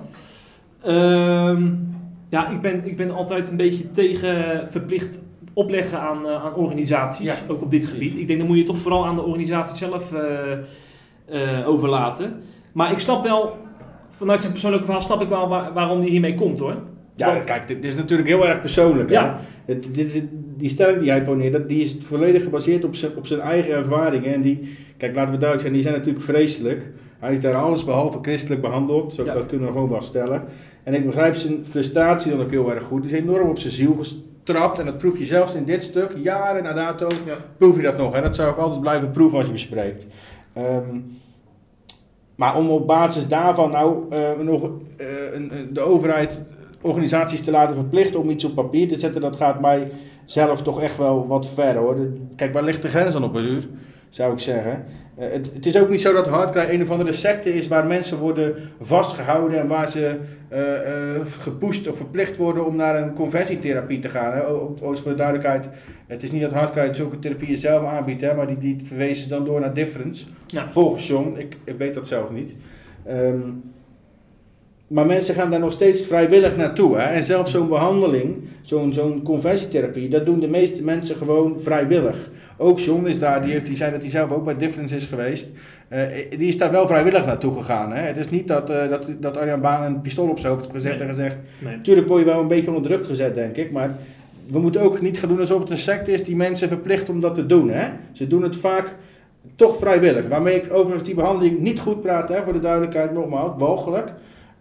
Um, ja, ik ben, ik ben altijd een beetje tegen verplicht opleggen aan, uh, aan organisaties, ja, ook op dit precies. gebied. Ik denk dat moet je toch vooral aan de organisatie zelf uh, uh, overlaten. Maar ik snap wel, vanuit zijn persoonlijke verhaal snap ik wel waar, waarom hij hiermee komt hoor. Ja, Want, kijk, dit is natuurlijk heel erg persoonlijk. Ja. Het, dit is, die stelling die hij poneert, die is volledig gebaseerd op zijn, op zijn eigen ervaringen. En die, kijk, laten we duidelijk zijn, die zijn natuurlijk vreselijk. Hij is daar alles behalve christelijk behandeld, zo ja. dat kunnen we gewoon wel stellen. En ik begrijp zijn frustratie dan ook heel erg goed. Die is enorm op zijn ziel getrapt. En dat proef je zelfs in dit stuk, jaren na dato, ja. proef je dat nog. En dat zou ik altijd blijven proeven als je bespreekt. Um, maar om op basis daarvan nou uh, nog uh, een, de overheid organisaties te laten verplichten om iets op papier te zetten, dat gaat mij zelf toch echt wel wat ver hoor. Kijk, waar ligt de grens dan op een uur, zou ik zeggen. Uh, het, het is ook niet zo dat Hardcry een of andere secte is waar mensen worden vastgehouden en waar ze uh, uh, gepusht of verplicht worden om naar een conversietherapie te gaan. Hè. Ook voor de duidelijkheid, het is niet dat Hardcry zulke therapieën zelf aanbiedt, hè, maar die, die verwezen dan door naar Difference. Ja. Volgens John, ik, ik weet dat zelf niet. Um, Maar mensen gaan daar nog steeds vrijwillig naartoe. Hè? En zelfs zo'n behandeling, zo'n, zo'n conversietherapie, dat doen de meeste mensen gewoon vrijwillig. Ook John is daar, die, heeft, die zei dat hij zelf ook bij Difference is geweest. Uh, die is daar wel vrijwillig naartoe gegaan. Hè? Het is niet dat, uh, dat, dat Arjan Baan een pistool op zijn hoofd heeft gezet nee. en gezegd... Nee. Tuurlijk word je wel een beetje onder druk gezet, denk ik. Maar we moeten ook niet gaan doen alsof het een secte is die mensen verplicht om dat te doen. Hè? Ze doen het vaak toch vrijwillig. Waarmee ik overigens die behandeling niet goed praat, hè, voor de duidelijkheid nogmaals, walgelijk.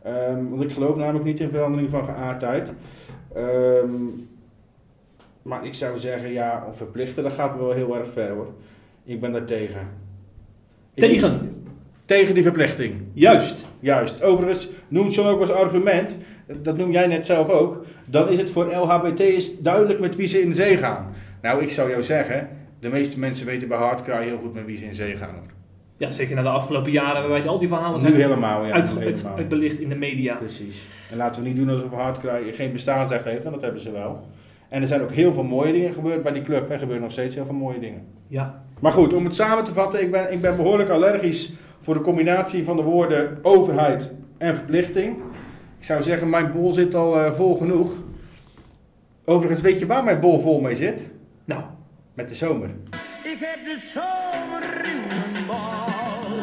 Um, want ik geloof namelijk niet in verandering van geaardheid. Um, maar ik zou zeggen, ja, om verplichten, dat gaat wel heel erg ver hoor. Ik ben daar tegen. Tegen? Ik, tegen die verplichting. Juist. Juist. Overigens noemt John ook als argument, dat noem jij net zelf ook, dan is het voor L H B T'ers duidelijk met wie ze in zee gaan. Nou, ik zou jou zeggen, de meeste mensen weten bij Hardcry heel goed met wie ze in zee gaan. Hoor. Ja, zeker na de afgelopen jaren waarbij al die verhalen zijn nu helemaal, ja, uit, nu uit, helemaal. uitbelicht in de media. Precies. En laten we niet doen alsof Hardcry geen bestaansrecht heeft, want dat hebben ze wel. En er zijn ook heel veel mooie dingen gebeurd bij die club. Er gebeuren nog steeds heel veel mooie dingen. Ja. Maar goed, om het samen te vatten, ik ben, ik ben behoorlijk allergisch voor de combinatie van de woorden overheid en verplichting. Ik zou zeggen, mijn bol zit al uh, vol genoeg. Overigens, weet je waar mijn bol vol mee zit? Nou. Met de zomer. Ik heb de zomer in mijn bal.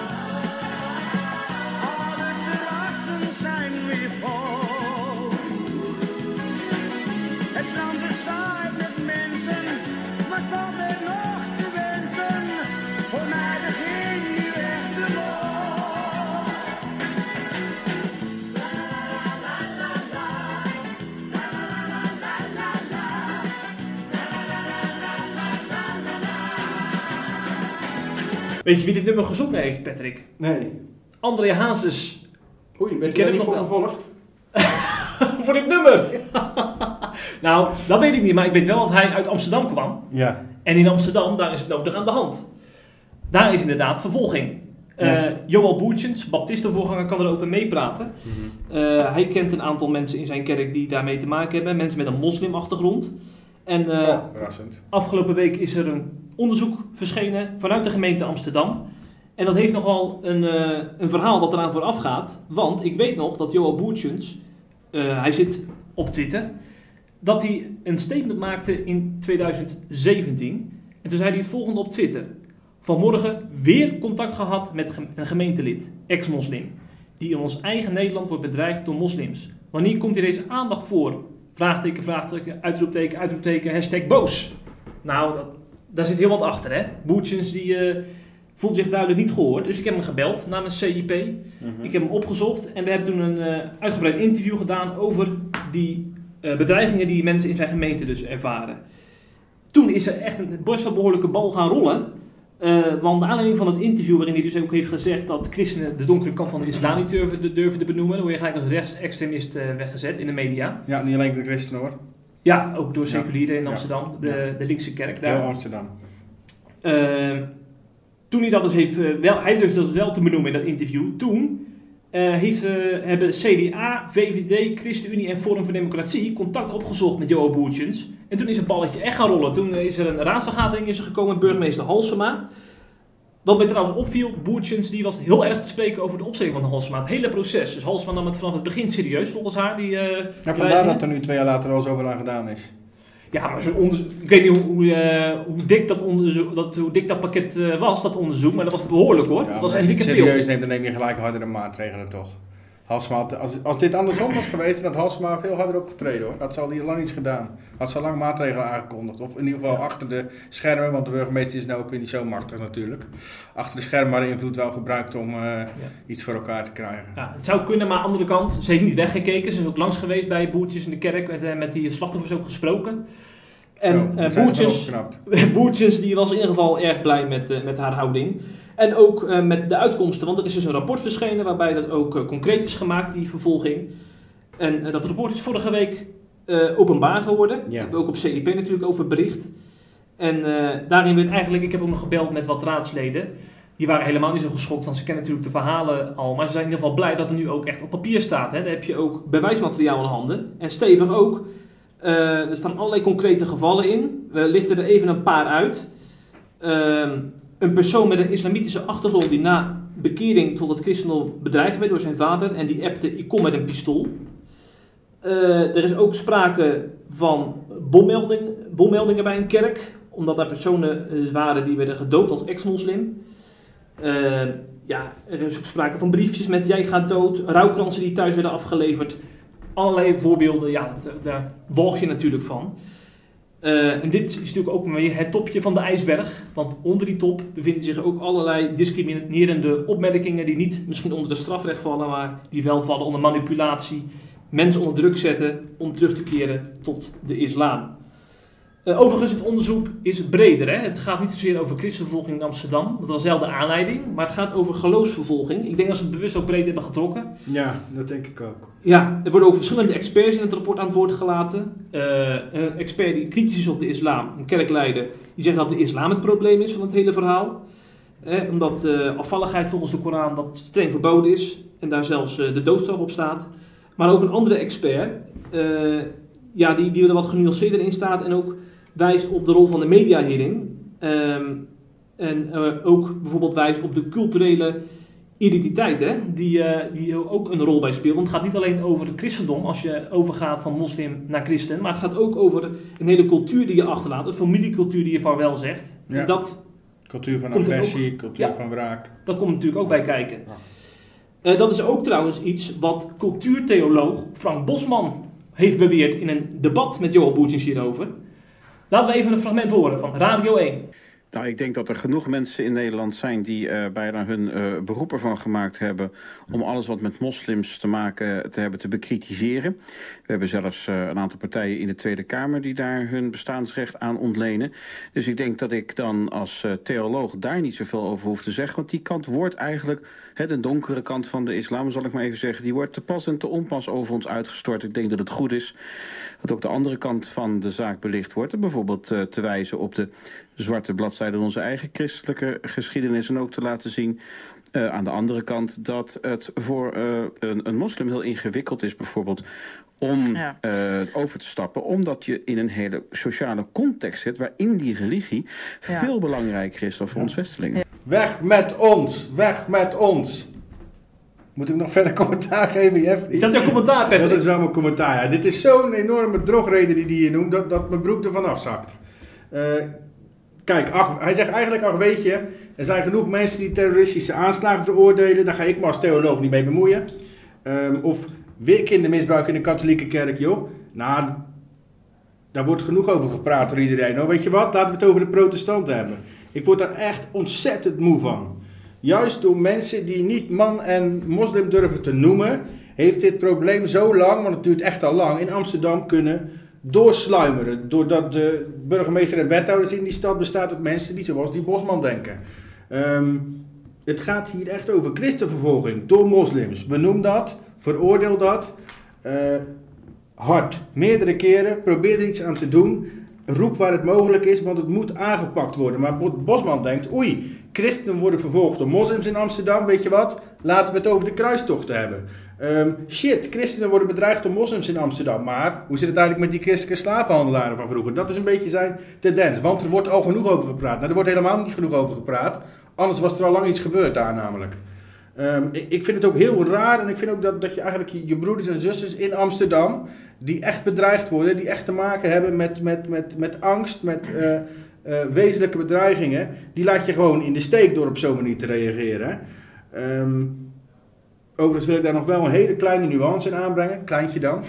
Alle terrassen zijn weer vol. Het strand bezaaid met mensen. Wat valt er nog te wensen? Voor mij begint nu echt de lol. Weet je wie dit nummer gezongen heeft, Patrick? Nee. André Hazes. Oei, ben je ken er hem niet nog voor wel. gevolgd? Voor dit nummer. Nou, dat weet ik niet, maar ik weet wel dat hij uit Amsterdam kwam. Ja. En in Amsterdam, daar is het nodig aan de hand. Daar is inderdaad vervolging. Ja. Uh, Joël Boertjens, baptistenvoorganger, kan erover meepraten. Mm-hmm. Uh, hij kent een aantal mensen in zijn kerk die daarmee te maken hebben. Mensen met een moslimachtergrond. En uh, oh, verrassend. Afgelopen week is er een onderzoek verschenen vanuit de gemeente Amsterdam. En dat heeft nogal een, uh, een verhaal dat eraan vooraf gaat. Want ik weet nog dat Joël Boertjens, uh, hij zit op Twitter, dat hij een statement maakte in tweeduizend zeventien. En toen zei hij het volgende op Twitter. Vanmorgen weer contact gehad met een gemeentelid, ex-moslim, die in ons eigen Nederland wordt bedreigd door moslims. Wanneer komt hier deze aandacht voor? Vraagteken, vraagteken, uitroepteken, uitroepteken, hashtag boos. Nou, dat, daar zit heel wat achter, hè. Boertjens die uh, voelt zich duidelijk niet gehoord. Dus ik heb hem gebeld namens C I P. Mm-hmm. Ik heb hem opgezocht en we hebben toen een uh, uitgebreid interview gedaan over die uh, bedreigingen die mensen in zijn gemeente dus ervaren. Toen is er echt een best wel behoorlijke bal gaan rollen. Uh, want de aanleiding van het interview waarin hij dus ook heeft gezegd dat christenen de donkere kant van de islam niet durven, durven te benoemen, dan word je gelijk als rechtsextremist uh, weggezet in de media. Ja, niet alleen de christenen hoor. Ja, ook door seculieren in ja. Amsterdam, de, ja. de linkse kerk daar. Heel Amsterdam. Uh, toen hij dat dus heeft, uh, wel, hij dus dat wel te benoemen in dat interview, toen uh, heeft, uh, hebben C D A, V V D, ChristenUnie en Forum voor Democratie contact opgezocht met Joël Boertjens. En toen is het balletje echt gaan rollen. Toen is er een raadsvergadering is er gekomen met burgemeester Halsema. Wat mij trouwens opviel, Boertjens die was heel erg te spreken over de opstelling van Halsema. Het hele proces. Dus Halsema nam het vanaf het begin serieus volgens haar. Die, uh, ja, vandaar dat er nu twee jaar later al zoveel aan gedaan is. Ja, maar zo'n onderzoek, ik weet niet hoe, hoe, uh, hoe, dik dat onderzoek, dat, hoe dik dat pakket uh, was, dat onderzoek, maar dat was behoorlijk hoor. Ja, dat was als je het pil. serieus neemt, dan neem je gelijk hardere maatregelen toch. Halsema had, als, als dit andersom was geweest, dan had Halsema veel harder opgetreden hoor. Dat zal hij lang iets gedaan. Had ze al lang maatregelen aangekondigd. Of in ieder geval achter de schermen, want de burgemeester is nou ook weer niet zo machtig natuurlijk. Achter de schermen haar invloed wel gebruikt om uh, ja. iets voor elkaar te krijgen. Ja, het zou kunnen, maar aan de andere kant, ze heeft niet weggekeken. Ze is ook langs geweest bij Boertjens in de kerk, met, met die slachtoffers ook gesproken. En Zo, uh, Boertjens, Boertjens die was in ieder geval erg blij met, uh, met haar houding. En ook uh, met de uitkomsten, want er is dus een rapport verschenen waarbij dat ook uh, concreet is gemaakt, die vervolging. En uh, dat rapport is vorige week uh, openbaar geworden. Ja. Daar hebben we ook op C I P natuurlijk over bericht. En uh, daarin werd eigenlijk, ik heb ook nog gebeld met wat raadsleden. Die waren helemaal niet zo geschokt, want ze kennen natuurlijk de verhalen al. Maar ze zijn in ieder geval blij dat er nu ook echt op papier staat. Hè. Daar heb je ook bewijsmateriaal in handen. En stevig ook. Uh, er staan allerlei concrete gevallen in. We lichten er even een paar uit. Uh, een persoon met een islamitische achtergrond die na bekering tot het christendom bedreigd werd door zijn vader. En die appte, ik kom met een pistool. Uh, er is ook sprake van bommelding, bommeldingen bij een kerk. Omdat daar personen waren die werden gedood als ex-moslim. Uh, ja, er is ook sprake van briefjes met jij gaat dood. Rouwkransen die thuis werden afgeleverd. Allerlei voorbeelden, ja, daar walg je natuurlijk van. Uh, en dit is natuurlijk ook weer het topje van de ijsberg. Want onder die top bevinden zich ook allerlei discriminerende opmerkingen die niet misschien onder de strafrecht vallen, maar die wel vallen onder manipulatie, mensen onder druk zetten om terug te keren tot de islam. Uh, overigens, het onderzoek is breder. Hè? Het gaat niet zozeer over christenvervolging in Amsterdam. Dat was wel de aanleiding. Maar het gaat over geloofsvervolging. Ik denk dat ze het bewust ook breed hebben getrokken. Ja, dat denk ik ook. Ja, er worden ook verschillende experts in het rapport aan het woord gelaten. Uh, een expert die kritisch is op de islam, een kerkleider, die zegt dat de islam het probleem is van het hele verhaal. Eh, omdat uh, afvalligheid volgens de Koran dat streng verboden is. En daar zelfs uh, de doodstraf op staat. Maar ook een andere expert, uh, ja, die, die er wat genuanceerder in staat en ook wijst op de rol van de media hierin. Um, en uh, ook bijvoorbeeld wijst op de culturele identiteit, hè, die, uh, die ook een rol bij speelt. Want het gaat niet alleen over het christendom als je overgaat van moslim naar christen. Maar het gaat ook over een hele cultuur die je achterlaat. Een familiecultuur die je vaarwel zegt. Ja. En dat cultuur van komt agressie, ook, cultuur ja, van wraak. Dat komt natuurlijk ook bij kijken. Uh, dat is ook trouwens iets wat cultuurtheoloog Frank Bosman heeft beweerd in een debat met Johan Boertjens hierover. Laten we even een fragment horen van Radio één. Nou, ik denk dat er genoeg mensen in Nederland zijn die uh, bijna hun uh, beroep ervan gemaakt hebben om alles wat met moslims te maken te hebben te bekritiseren. We hebben zelfs uh, een aantal partijen in de Tweede Kamer die daar hun bestaansrecht aan ontlenen. Dus ik denk dat ik dan als uh, theoloog daar niet zoveel over hoef te zeggen, want die kant wordt eigenlijk, hè, de donkere kant van de islam, zal ik maar even zeggen, die wordt te pas en te onpas over ons uitgestort. Ik denk dat het goed is dat ook de andere kant van de zaak belicht wordt. En bijvoorbeeld uh, te wijzen op de zwarte bladzijde in onze eigen christelijke geschiedenis en ook te laten zien uh, aan de andere kant dat het voor uh, een, een moslim heel ingewikkeld is bijvoorbeeld om ja. uh, over te stappen, omdat je in een hele sociale context zit waarin die religie ja. veel belangrijker is dan voor ja. ons Westelingen. Ja. Weg met ons, weg met ons. Moet ik nog verder commentaar geven, Jeff? Is dat jouw commentaar, Patrick? Dat is wel mijn commentaar, ja. Dit is zo'n enorme drogreden die hij hier noemt, dat, dat mijn broek ervan afzakt. Uh, Kijk, ach, hij zegt eigenlijk, ach weet je, er zijn genoeg mensen die terroristische aanslagen veroordelen. Daar ga ik me als theoloog niet mee bemoeien. Um, of weer kindermisbruik in de katholieke kerk, joh. Nou, daar wordt genoeg over gepraat door iedereen. Nou, weet je wat, laten we het over de protestanten hebben. Ik word daar echt ontzettend moe van. Juist door mensen die niet man en moslim durven te noemen, heeft dit probleem zo lang, want het duurt echt al lang, in Amsterdam kunnen doorsluimeren. Doordat de burgemeester en wethouders in die stad bestaat uit mensen die zoals die Bosman denken. Um, het gaat hier echt over christenvervolging door moslims. Benoem dat, veroordeel dat. Uh, hard, meerdere keren, probeer er iets aan te doen. Roep waar het mogelijk is, want het moet aangepakt worden. Maar Bosman denkt, oei, christenen worden vervolgd door moslims in Amsterdam, weet je wat? Laten we het over de kruistochten hebben. Um, shit, christenen worden bedreigd door moslims in Amsterdam. Maar hoe zit het eigenlijk met die christelijke slavenhandelaren van vroeger? Dat is een beetje zijn tendens, want er wordt al genoeg over gepraat. Nou, er wordt helemaal niet genoeg over gepraat. Anders was er al lang iets gebeurd daar namelijk. Um, ik, ik vind het ook heel raar en ik vind ook dat, dat je eigenlijk je, je broeders en zusters in Amsterdam, die echt bedreigd worden, die echt te maken hebben met, met, met, met angst, met uh, uh, wezenlijke bedreigingen, die laat je gewoon in de steek door op zo'n manier te reageren. Um, Overigens wil ik daar nog wel een hele kleine nuance in aanbrengen. Kleintje dan.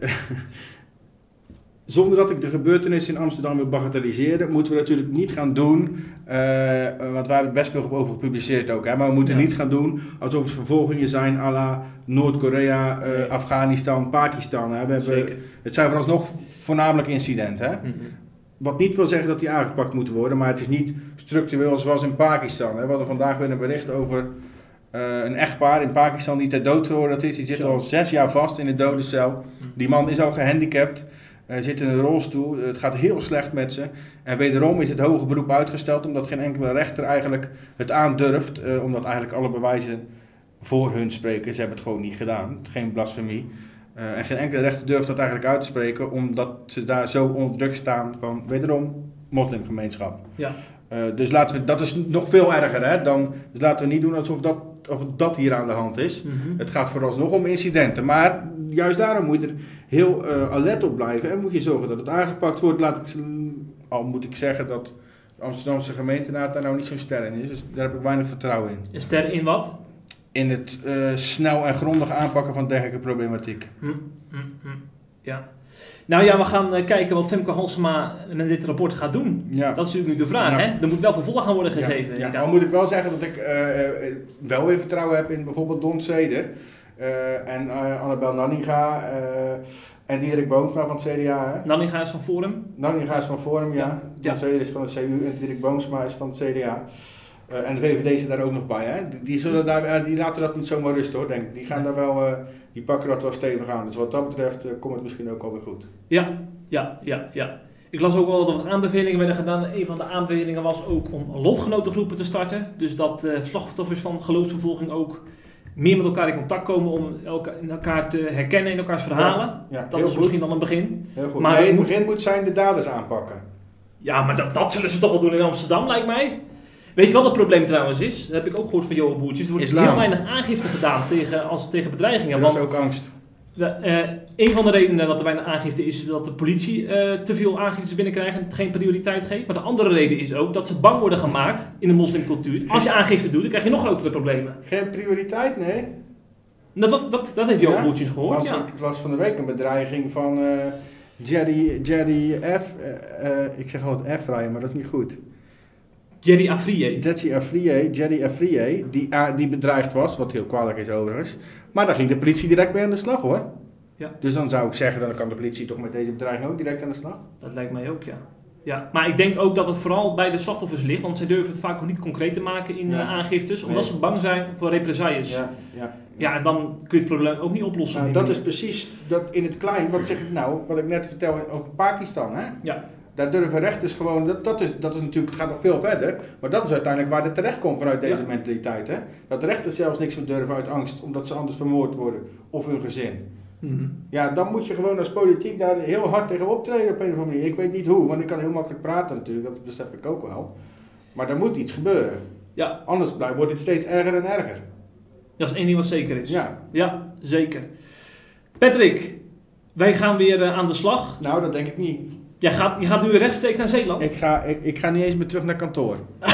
Zonder dat ik de gebeurtenissen in Amsterdam wil bagatelliseren, moeten we natuurlijk niet gaan doen, uh, want wij hebben best veel over gepubliceerd ook, hè, maar we moeten ja. niet gaan doen alsof het vervolgingen zijn à la Noord-Korea, uh, nee. Afghanistan, Pakistan. Hè. We hebben, het zijn vooralsnog voornamelijk incidenten. Hè. Mm-hmm. Wat niet wil zeggen dat die aangepakt moeten worden, maar het is niet structureel zoals in Pakistan. Hè. We hadden vandaag weer een bericht over Uh, een echtpaar in Pakistan die ter dood veroordeeld is. Die zit al zes jaar vast in een dodencel. Die man is al gehandicapt. Uh, zit in een rolstoel. Uh, het gaat heel slecht met ze. En wederom is het hoge beroep uitgesteld. Omdat geen enkele rechter eigenlijk het aandurft. Uh, omdat eigenlijk alle bewijzen voor hun spreken. Ze hebben het gewoon niet gedaan. Geen blasfemie. Uh, en geen enkele rechter durft dat eigenlijk uit te spreken. Omdat ze daar zo onder druk staan van wederom moslimgemeenschap. Ja. Uh, dus laten we, dat is nog veel erger, hè? Dan, dus laten we niet doen alsof dat, of dat hier aan de hand is. Mm-hmm. Het gaat vooralsnog om incidenten. Maar juist daarom moet je er heel uh, alert op blijven. En moet je zorgen dat het aangepakt wordt. Laat ik, al moet ik zeggen dat de Amsterdamse gemeenteraad daar nou niet zo'n ster in is. Dus daar heb ik weinig vertrouwen in. Een ster in wat? In het uh, snel en grondig aanpakken van dergelijke problematiek. Hm, hm, hm. Ja. Nou ja, we gaan uh, kijken wat Femke Halsema met dit rapport gaat doen. Ja. Dat is natuurlijk nu de vraag, Ja. hè? Er moet wel vervolg gaan worden gegeven. Ja, ja. Ja. Dan moet ik wel zeggen dat ik uh, uh, wel weer vertrouwen heb in bijvoorbeeld Don Zeder uh, en uh, Annabel Nanninga uh, en Diederik Boomsma van het C D A. Hè? Nanninga is van Forum. Nanninga is van Forum, ja. Ja. Don Ja. Zeder is van het C U en Diederik Boomsma is van het C D A. Uh, en de V V D is er daar ook nog bij, hè? Die, die, zullen daar, uh, die laten dat niet zomaar rusten, hoor, denk ik. Die gaan daar wel, uh, die pakken dat wel stevig aan. Dus wat dat betreft uh, komt het misschien ook alweer goed. Ja, ja, ja, ja. Ik las ook wel dat er aanbevelingen werden gedaan. Een van de aanbevelingen was ook om lotgenotengroepen te starten. Dus dat uh, slachtoffers van geloofsvervolging ook meer met elkaar in contact komen om elka, elkaar te herkennen in elkaars verhalen. Ja, ja, dat heel is goed. misschien dan een begin. Heel goed. Maar nee, het het moet- begin moet zijn de daders aanpakken. Ja, maar dat, dat zullen ze toch wel doen in Amsterdam, lijkt mij. Weet je wat het probleem trouwens is? Dat heb ik ook gehoord van Johan Boertjes. Er wordt Islam. heel weinig aangifte gedaan tegen, als, tegen bedreigingen. En dat Want is ook angst. de, eh, een van de redenen dat er weinig aangifte is, is dat de politie eh, te veel aangiftes binnenkrijgt en het geen prioriteit geeft. Maar de andere reden is ook dat ze bang worden gemaakt in de moslimcultuur. Als je aangifte doet, dan krijg je nog grotere problemen. Geen prioriteit, nee. Nou, dat, dat, dat heeft Johan Ja? Boertjes gehoord, Want ja. ik las van de week een bedreiging van eh, Jerry, Jerry F. eh, eh, ik zeg altijd F rijden, maar dat is niet goed. Jerry Afriye. Jetsi Afriye, Jerry Afriye, die, ah, die bedreigd was, wat heel kwalijk is overigens. Maar daar ging de politie direct mee aan de slag, hoor. Ja. Dus dan zou ik zeggen, dan kan de politie toch met deze bedreiging ook direct aan de slag. Dat lijkt mij ook, ja. Ja, maar ik denk ook dat het vooral bij de slachtoffers ligt, want zij durven het vaak ook niet concreet te maken in Ja. uh, aangiftes, omdat Nee. ze bang zijn voor represailles. Ja. ja. ja, en dan kun je het probleem ook niet oplossen. Nou, op die dat is manier. precies dat in het klein, wat zeg ik nou, wat ik net vertelde over Pakistan, hè? Ja. Daar durven rechters gewoon, dat, dat, is, dat is natuurlijk, gaat nog veel verder, maar dat is uiteindelijk waar het terecht komt vanuit deze Ja. mentaliteit. Hè? Dat rechters zelfs niks meer durven uit angst, omdat ze anders vermoord worden, of hun gezin. Mhm. Ja, dan moet je gewoon als politiek daar heel hard tegen optreden op een of andere manier. Ik weet niet hoe, want ik kan heel makkelijk praten natuurlijk, dat besef ik ook wel. Maar er moet iets gebeuren. Ja, Anders blijft, wordt het steeds erger en erger. dat is één ding wat zeker is. Ja, Ja, zeker. Patrick, wij gaan weer uh, aan de slag. nou dat denk ik niet. Jij gaat, je gaat nu weer rechtstreeks naar Zeeland. Ik ga, ik, ik ga niet eens meer terug naar kantoor.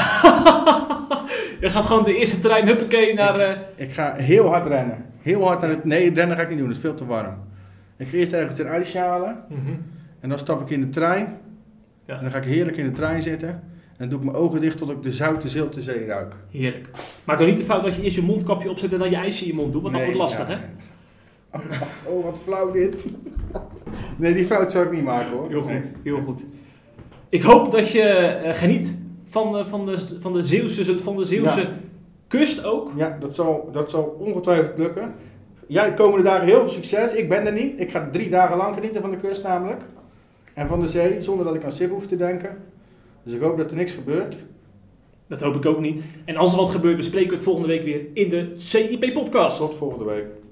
Je gaat gewoon de eerste trein, huppakee, naar... Uh... Ik ga heel hard rennen. Heel hard naar het... Nee, rennen ga ik niet doen, dat is veel te warm. Ik ga eerst ergens een ijsje halen. Mhm. En dan stap ik in de trein. Ja. En dan ga ik heerlijk in de trein zitten. En dan doe ik mijn ogen dicht tot ik de zoute zilte zee ruik. Heerlijk. Maak dan niet de fout dat je eerst je mondkapje opzet en dan je ijsje in je mond doet, want dat wordt lastig, ja, hè? nee. Oh, oh, wat flauw dit. Nee, die fout zou ik niet maken, hoor. Heel goed, Nee. heel goed. Ik hoop dat je uh, geniet van, uh, van, de, van de Zeeuwse, van de Zeeuwse Ja. kust ook. Ja, dat zal, dat zal ongetwijfeld lukken. Jij de komende dagen heel veel succes. Ik ben er niet. Ik ga drie dagen lang genieten van de kust namelijk. En van de zee, zonder dat ik aan Sib hoef te denken. Dus ik hoop dat er niks gebeurt. Dat hoop ik ook niet. En als er wat gebeurt, bespreken we het volgende week weer in de C I P-podcast. Tot volgende week.